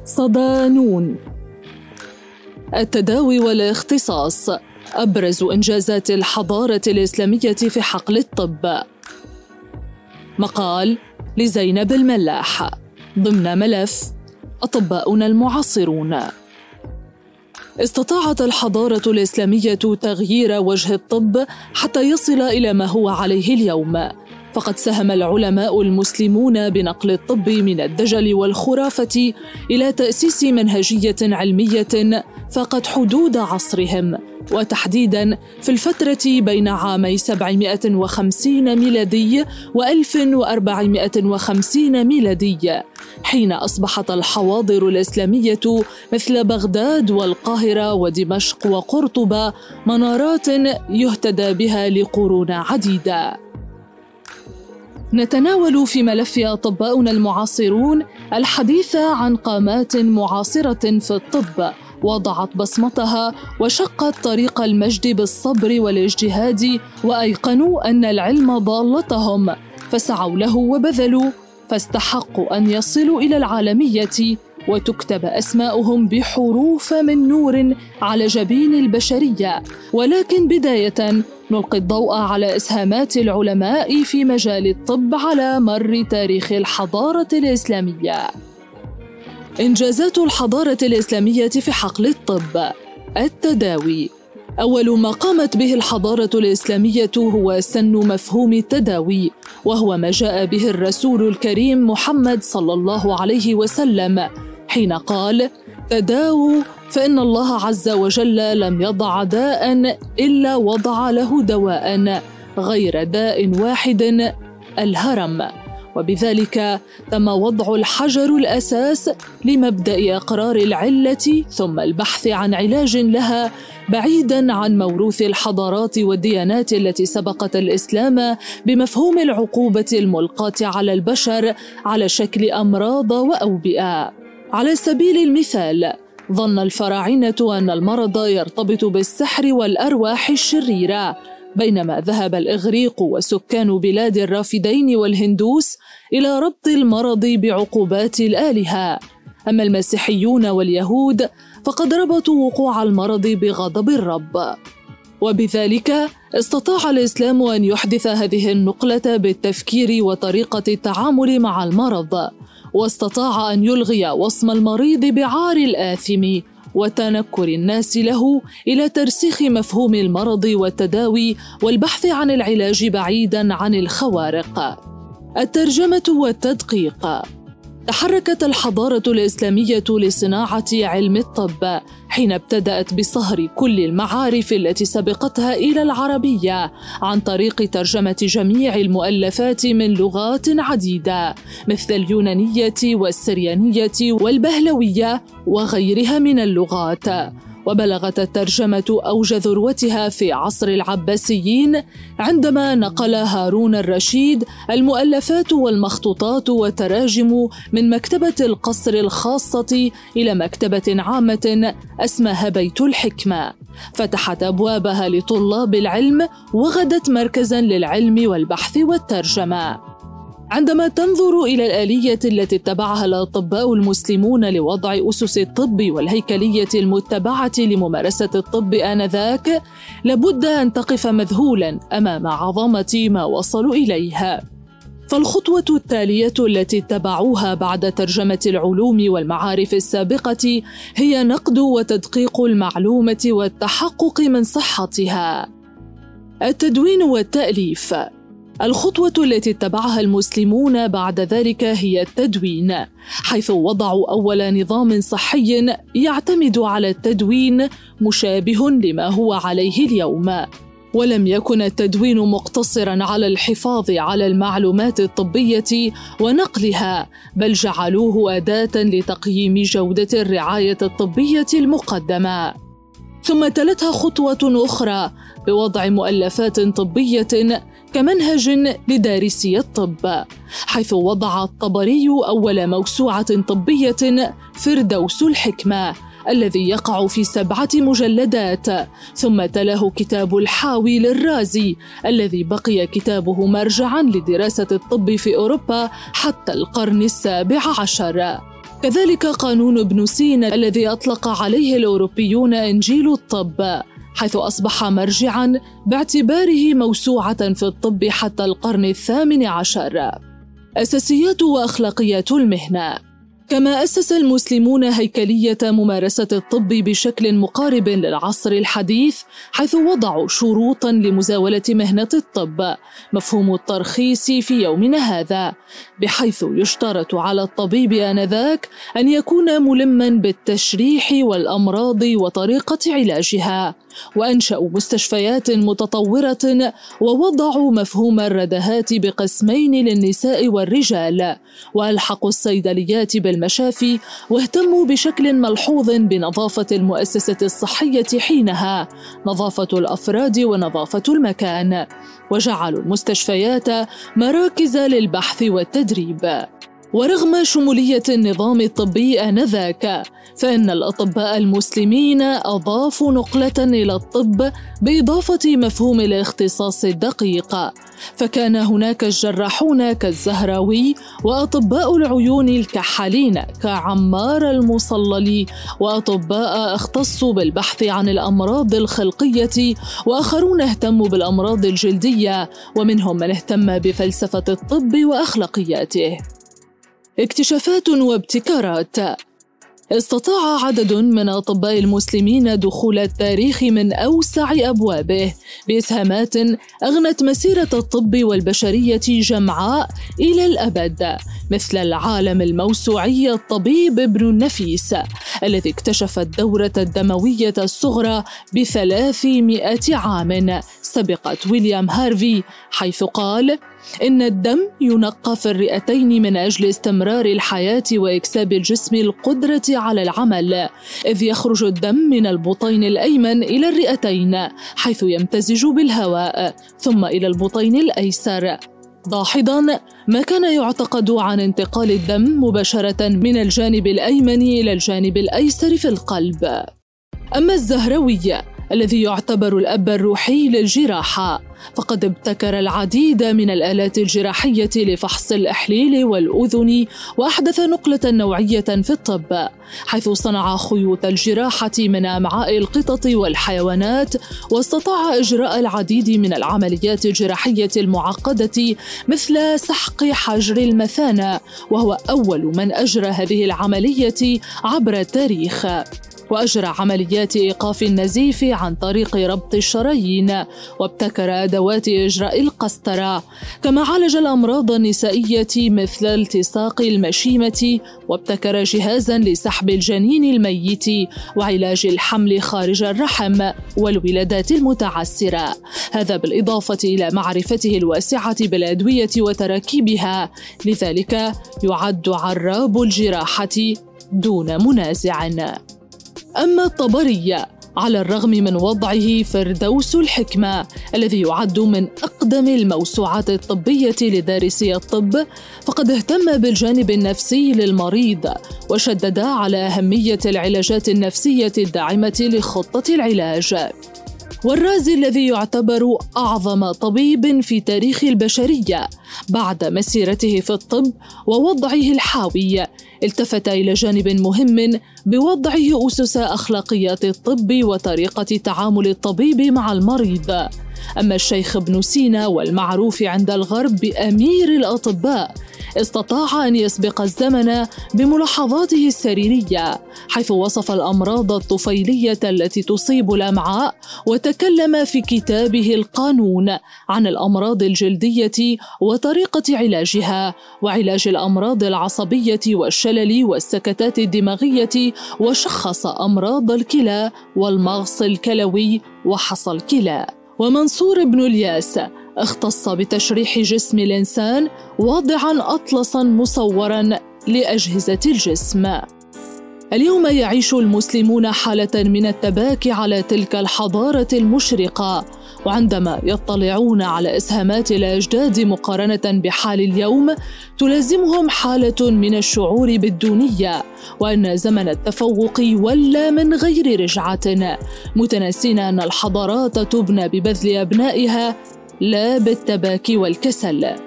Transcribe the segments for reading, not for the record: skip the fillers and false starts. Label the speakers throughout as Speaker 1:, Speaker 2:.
Speaker 1: صدانون. التداوي والاختصاص أبرز إنجازات الحضارة الإسلامية في حقل الطب. مقال لزينب الملاح ضمن ملف أطباؤنا المعاصرون. استطاعت الحضارة الإسلامية تغيير وجه الطب حتى يصل إلى ما هو عليه اليوم، فقد ساهم العلماء المسلمون بنقل الطب من الدجل والخرافة إلى تأسيس منهجية علمية فاقت حدود عصرهم، وتحديداً في الفترة بين عامي 750 ميلادي و1450 ميلادي، حين أصبحت الحواضر الإسلامية مثل بغداد والقاهرة ودمشق وقرطبة منارات يهتدى بها لقرون عديدة. نتناول في ملف أطباؤنا المعاصرون الحديث عن قامات معاصرة في الطب وضعت بصمتها وشقت طريق المجد بالصبر والاجتهاد، وأيقنوا أن العلم ضالتهم فسعوا له وبذلوا، فاستحقوا أن يصلوا إلى العالمية وتكتب أسماؤهم بحروف من نور على جبين البشرية. ولكن بداية نلقي الضوء على إسهامات العلماء في مجال الطب على مر تاريخ الحضارة الإسلامية. إنجازات الحضارة الإسلامية في حقل الطب. التداوي. أول ما قامت به الحضارة الإسلامية هو سن مفهوم التداوي، وهو ما جاء به الرسول الكريم محمد صلى الله عليه وسلم حين قال: تداووا فإن الله عز وجل لم يضع داء إلا وضع له دواء غير داء واحد، الهرم. وبذلك تم وضع الحجر الأساس لمبدأ إقرار العلة ثم البحث عن علاج لها، بعيداً عن موروث الحضارات والديانات التي سبقت الإسلام بمفهوم العقوبة الملقاة على البشر على شكل أمراض وأوبئة. على سبيل المثال، ظن الفراعنة أن المرض يرتبط بالسحر والأرواح الشريرة، بينما ذهب الإغريق وسكان بلاد الرافدين والهندوس إلى ربط المرض بعقوبات الآلهة. أما المسيحيون واليهود فقد ربطوا وقوع المرض بغضب الرب. وبذلك استطاع الإسلام أن يحدث هذه النقلة بالتفكير وطريقة التعامل مع المرض، واستطاع أن يلغي وصم المريض بعار الآثم وتنكر الناس له إلى ترسيخ مفهوم المرض والتداوي والبحث عن العلاج بعيداً عن الخوارق. الترجمة والتدقيق. تحركت الحضارة الإسلامية لصناعة علم الطب حين ابتدأت بصهر كل المعارف التي سبقتها إلى العربية عن طريق ترجمة جميع المؤلفات من لغات عديدة مثل اليونانية والسريانية والبهلوية وغيرها من اللغات. وبلغت الترجمة أوج ذروتها في عصر العباسيين عندما نقل هارون الرشيد المؤلفات والمخطوطات والتراجم من مكتبة القصر الخاصة إلى مكتبة عامة اسمها بيت الحكمة، فتحت أبوابها لطلاب العلم وغدت مركزاً للعلم والبحث والترجمة. عندما تنظر إلى الآلية التي اتبعها الأطباء المسلمون لوضع أسس الطب والهيكلية المتبعة لممارسة الطب آنذاك، لابد أن تقف مذهولاً أمام عظمة ما وصلوا إليها. فالخطوة التالية التي اتبعوها بعد ترجمة العلوم والمعارف السابقة هي نقد وتدقيق المعلومة والتحقق من صحتها. التدوين والتأليف. الخطوة التي اتبعها المسلمون بعد ذلك هي التدوين، حيث وضعوا أول نظام صحي يعتمد على التدوين مشابه لما هو عليه اليوم. ولم يكن التدوين مقتصراً على الحفاظ على المعلومات الطبية ونقلها، بل جعلوه أداة لتقييم جودة الرعاية الطبية المقدمة. ثم تلتها خطوة أخرى بوضع مؤلفات طبية كمنهج لدارسي الطب، حيث وضع الطبري أول موسوعة طبية فردوس الحكمة الذي يقع في 7 مجلدات، ثم تلاه كتاب الحاوي للرازي الذي بقي كتابه مرجعاً لدراسة الطب في أوروبا حتى القرن 17. كذلك قانون ابن سينا الذي أطلق عليه الأوروبيون إنجيل الطب، حيث أصبح مرجعاً باعتباره موسوعة في الطب حتى القرن ال18. أساسيات وأخلاقيات المهنة. كما أسس المسلمون هيكلية ممارسة الطب بشكل مقارب للعصر الحديث، حيث وضعوا شروطاً لمزاولة مهنة الطب، مفهوم الترخيص في يومنا هذا، بحيث يشترط على الطبيب آنذاك أن يكون ملماً بالتشريح والأمراض وطريقة علاجها. وأنشأوا مستشفيات متطورة ووضعوا مفهوم الردهات بقسمين للنساء والرجال، وألحقوا الصيدليات بالمشافي، واهتموا بشكل ملحوظ بنظافة المؤسسة الصحية حينها، نظافة الأفراد ونظافة المكان، وجعلوا المستشفيات مراكز للبحث والتدريب. ورغم شمولية النظام الطبي آنذاك، فإن الأطباء المسلمين أضافوا نقلة إلى الطب بإضافة مفهوم الاختصاص الدقيق، فكان هناك الجراحون كالزهراوي، وأطباء العيون الكحالين كعمار المصللي، وأطباء اختصوا بالبحث عن الأمراض الخلقية، وآخرون اهتموا بالأمراض الجلدية، ومنهم من اهتم بفلسفة الطب وأخلاقياته. اكتشافات وابتكارات. استطاع عدد من أطباء المسلمين دخول التاريخ من أوسع أبوابه بإسهامات أغنت مسيرة الطب والبشرية جمعاء إلى الأبد، مثل العالم الموسوعي الطبيب ابن النفيس الذي اكتشف الدورة الدموية الصغرى ب300 عام سبقت ويليام هارفي، حيث قال إن الدم ينقى في الرئتين من أجل استمرار الحياة وإكساب الجسم القدرة على العمل، إذ يخرج الدم من البطين الأيمن إلى الرئتين حيث يمتزج بالهواء، ثم إلى البطين الأيسر، داحضاً ما كان يعتقد عن انتقال الدم مباشرة من الجانب الأيمن إلى الجانب الأيسر في القلب. أما الزهراوي الذي يعتبر الأب الروحي للجراحة، فقد ابتكر العديد من الآلات الجراحية لفحص الإحليل والأذن، وأحدث نقلة نوعية في الطب، حيث صنع خيوط الجراحة من أمعاء القطط والحيوانات، واستطاع إجراء العديد من العمليات الجراحية المعقدة مثل سحق حجر المثانة، وهو أول من أجرى هذه العملية عبر التاريخ. وأجرى عمليات إيقاف النزيف عن طريق ربط الشرايين، وابتكر أدوات إجراء القسطرة، كما عالج الأمراض النسائية مثل التصاق المشيمة، وابتكر جهازاً لسحب الجنين الميت وعلاج الحمل خارج الرحم والولادات المتعسرة، هذا بالإضافة إلى معرفته الواسعة بالأدوية وتراكيبها، لذلك يعد عراب الجراحة دون منازع. أما الطبري، على الرغم من وضعه فردوس الحكمة الذي يعد من أقدم الموسوعات الطبية لدارسي الطب، فقد اهتم بالجانب النفسي للمريض، وشدد على أهمية العلاجات النفسية الداعمة لخطة العلاج. والرازي الذي يعتبر أعظم طبيب في تاريخ البشرية بعد مسيرته في الطب ووضعه الحاوي، التفت إلى جانب مهم بوضعه أسس أخلاقيات الطب وطريقة تعامل الطبيب مع المريض. أما الشيخ ابن سينا والمعروف عند الغرب بأمير الأطباء، استطاع أن يسبق الزمن بملاحظاته السريرية، حيث وصف الأمراض الطفيلية التي تصيب الأمعاء، وتكلم في كتابه القانون عن الأمراض الجلدية وطريقة علاجها، وعلاج الأمراض العصبية والشلل والسكتات الدماغية، وشخص أمراض الكلى والمغص الكلوي وحصى الكلى. ومنصور بن الياس اختص بتشريح جسم الإنسان، واضعاً أطلساً مصوراً لأجهزة الجسم. اليوم يعيش المسلمون حالة من التباكي على تلك الحضارة المشرقة، وعندما يطلعون على إسهامات الأجداد مقارنة بحال اليوم، تلازمهم حالة من الشعور بالدونية، وأن زمن التفوق ولى من غير رجعة، متناسين أن الحضارات تبنى ببذل أبنائها لا بالتباكي والكسل.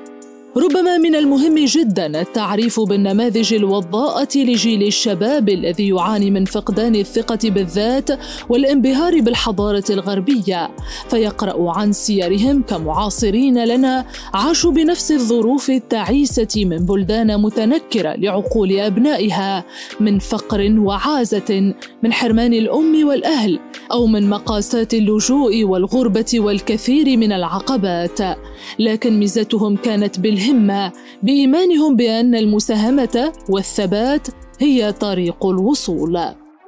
Speaker 1: ربما من المهم جدا التعريف بالنماذج الوضاءة لجيل الشباب الذي يعاني من فقدان الثقة بالذات والانبهار بالحضارة الغربية، فيقرأ عن سيرهم كمعاصرين لنا عاشوا بنفس الظروف التعيسة من بلدان متنكرة لعقول أبنائها، من فقر وعازة، من حرمان الأم والأهل، أو من مقاسات اللجوء والغربة والكثير من العقبات، لكن ميزتهم كانت بالهمة، بإيمانهم بأن المساهمة والثبات هي طريق الوصول.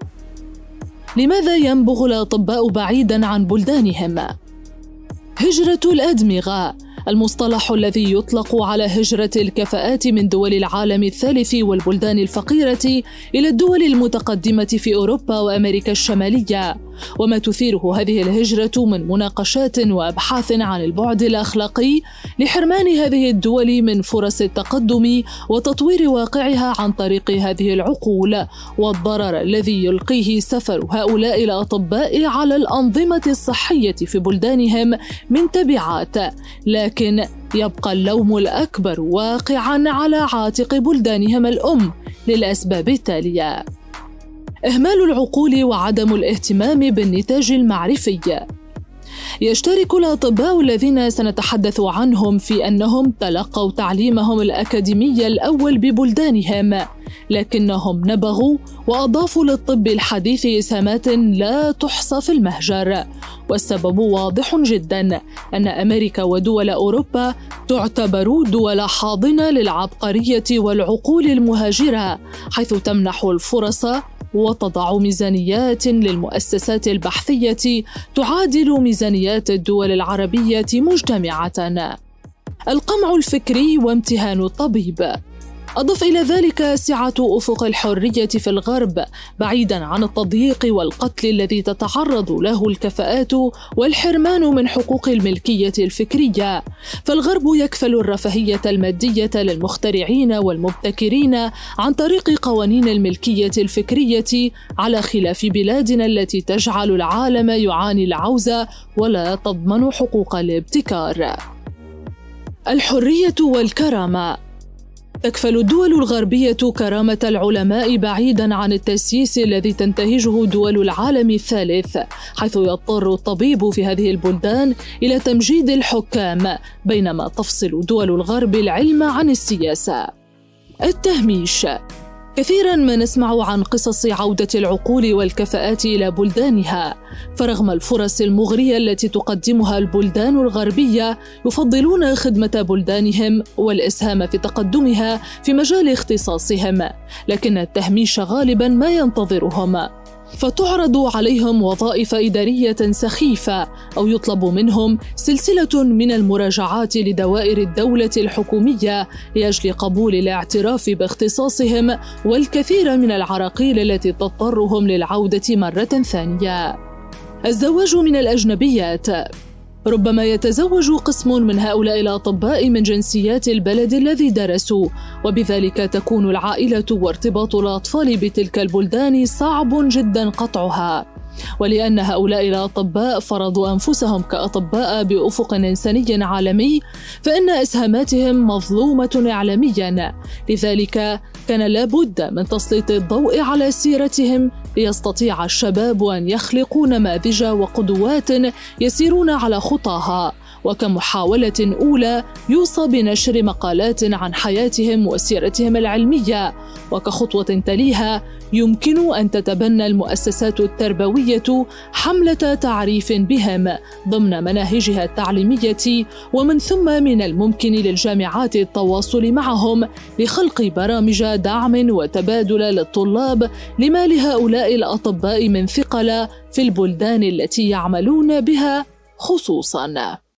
Speaker 1: لماذا ينبغ الأطباء بعيداً عن بلدانهم؟ هجرة الأدمغة، المصطلح الذي يطلق على هجرة الكفاءات من دول العالم الثالث والبلدان الفقيرة إلى الدول المتقدمة في أوروبا وأمريكا الشمالية، وما تثيره هذه الهجرة من مناقشات وأبحاث عن البعد الأخلاقي لحرمان هذه الدول من فرص التقدم وتطوير واقعها عن طريق هذه العقول، والضرر الذي يلقيه سفر هؤلاء الأطباء على الأنظمة الصحية في بلدانهم من تبعات، لكن يبقى اللوم الأكبر واقعاً على عاتق بلدانهم الأم للأسباب التالية: إهمال العقول وعدم الاهتمام بالنتاج المعرفي. يشترك الأطباء الذين سنتحدث عنهم في أنهم تلقوا تعليمهم الأكاديمي الأول ببلدانهم، لكنهم نبغوا وأضافوا للطب الحديث إسهامات لا تحصى في المهجر، والسبب واضح جدا: أن أمريكا ودول أوروبا تعتبر دول حاضنة للعبقرية والعقول المهاجرة، حيث تمنح الفرص وتضع ميزانيات للمؤسسات البحثية تعادل ميزانيات الدول العربية مجتمعة. القمع الفكري وامتهان الطبيب. أضف إلى ذلك سعة أفق الحرية في الغرب بعيداً عن التضييق والقتل الذي تتعرض له الكفاءات والحرمان من حقوق الملكية الفكرية، فالغرب يكفل الرفاهية المادية للمخترعين والمبتكرين عن طريق قوانين الملكية الفكرية، على خلاف بلادنا التي تجعل العالم يعاني العوز ولا تضمن حقوق الابتكار. الحرية والكرامة. تكفل الدول الغربية كرامة العلماء بعيداً عن التسييس الذي تنتهجه دول العالم الثالث، حيث يضطر الطبيب في هذه البلدان إلى تمجيد الحكام، بينما تفصل دول الغرب العلم عن السياسة. التهميش. كثيراً ما نسمع عن قصص عودة العقول والكفاءات إلى بلدانها، فرغم الفرص المغرية التي تقدمها البلدان الغربية يفضلون خدمة بلدانهم والإسهام في تقدمها في مجال اختصاصهم، لكن التهميش غالباً ما ينتظرهم، فتعرض عليهم وظائف إدارية سخيفة، أو يطلب منهم سلسلة من المراجعات لدوائر الدولة الحكومية لأجل قبول الاعتراف باختصاصهم، والكثير من العراقيل التي تضطرهم للعودة مرة ثانية. الزواج من الأجنبيات. ربما يتزوج قسم من هؤلاء الأطباء من جنسيات البلد الذي درسوا، وبذلك تكون العائلة وارتباط الأطفال بتلك البلدان صعب جدا قطعها. ولأن هؤلاء الأطباء فرضوا أنفسهم كأطباء بأفق إنساني عالمي، فإن إسهاماتهم مظلومة إعلاميا، لذلك كان لابد من تسليط الضوء على سيرتهم ليستطيع الشباب أن يخلقوا نماذج وقدوات يسيرون على خطاها، وكمحاولة أولى يوصى بنشر مقالات عن حياتهم وسيرتهم العلمية، وكخطوة تليها يمكن أن تتبنى المؤسسات التربوية حملة تعريف بهم ضمن مناهجها التعليمية، ومن ثم من الممكن للجامعات التواصل معهم لخلق برامج دعم وتبادل للطلاب لما لهؤلاء الأطباء من ثقل في البلدان التي يعملون بها خصوصاً.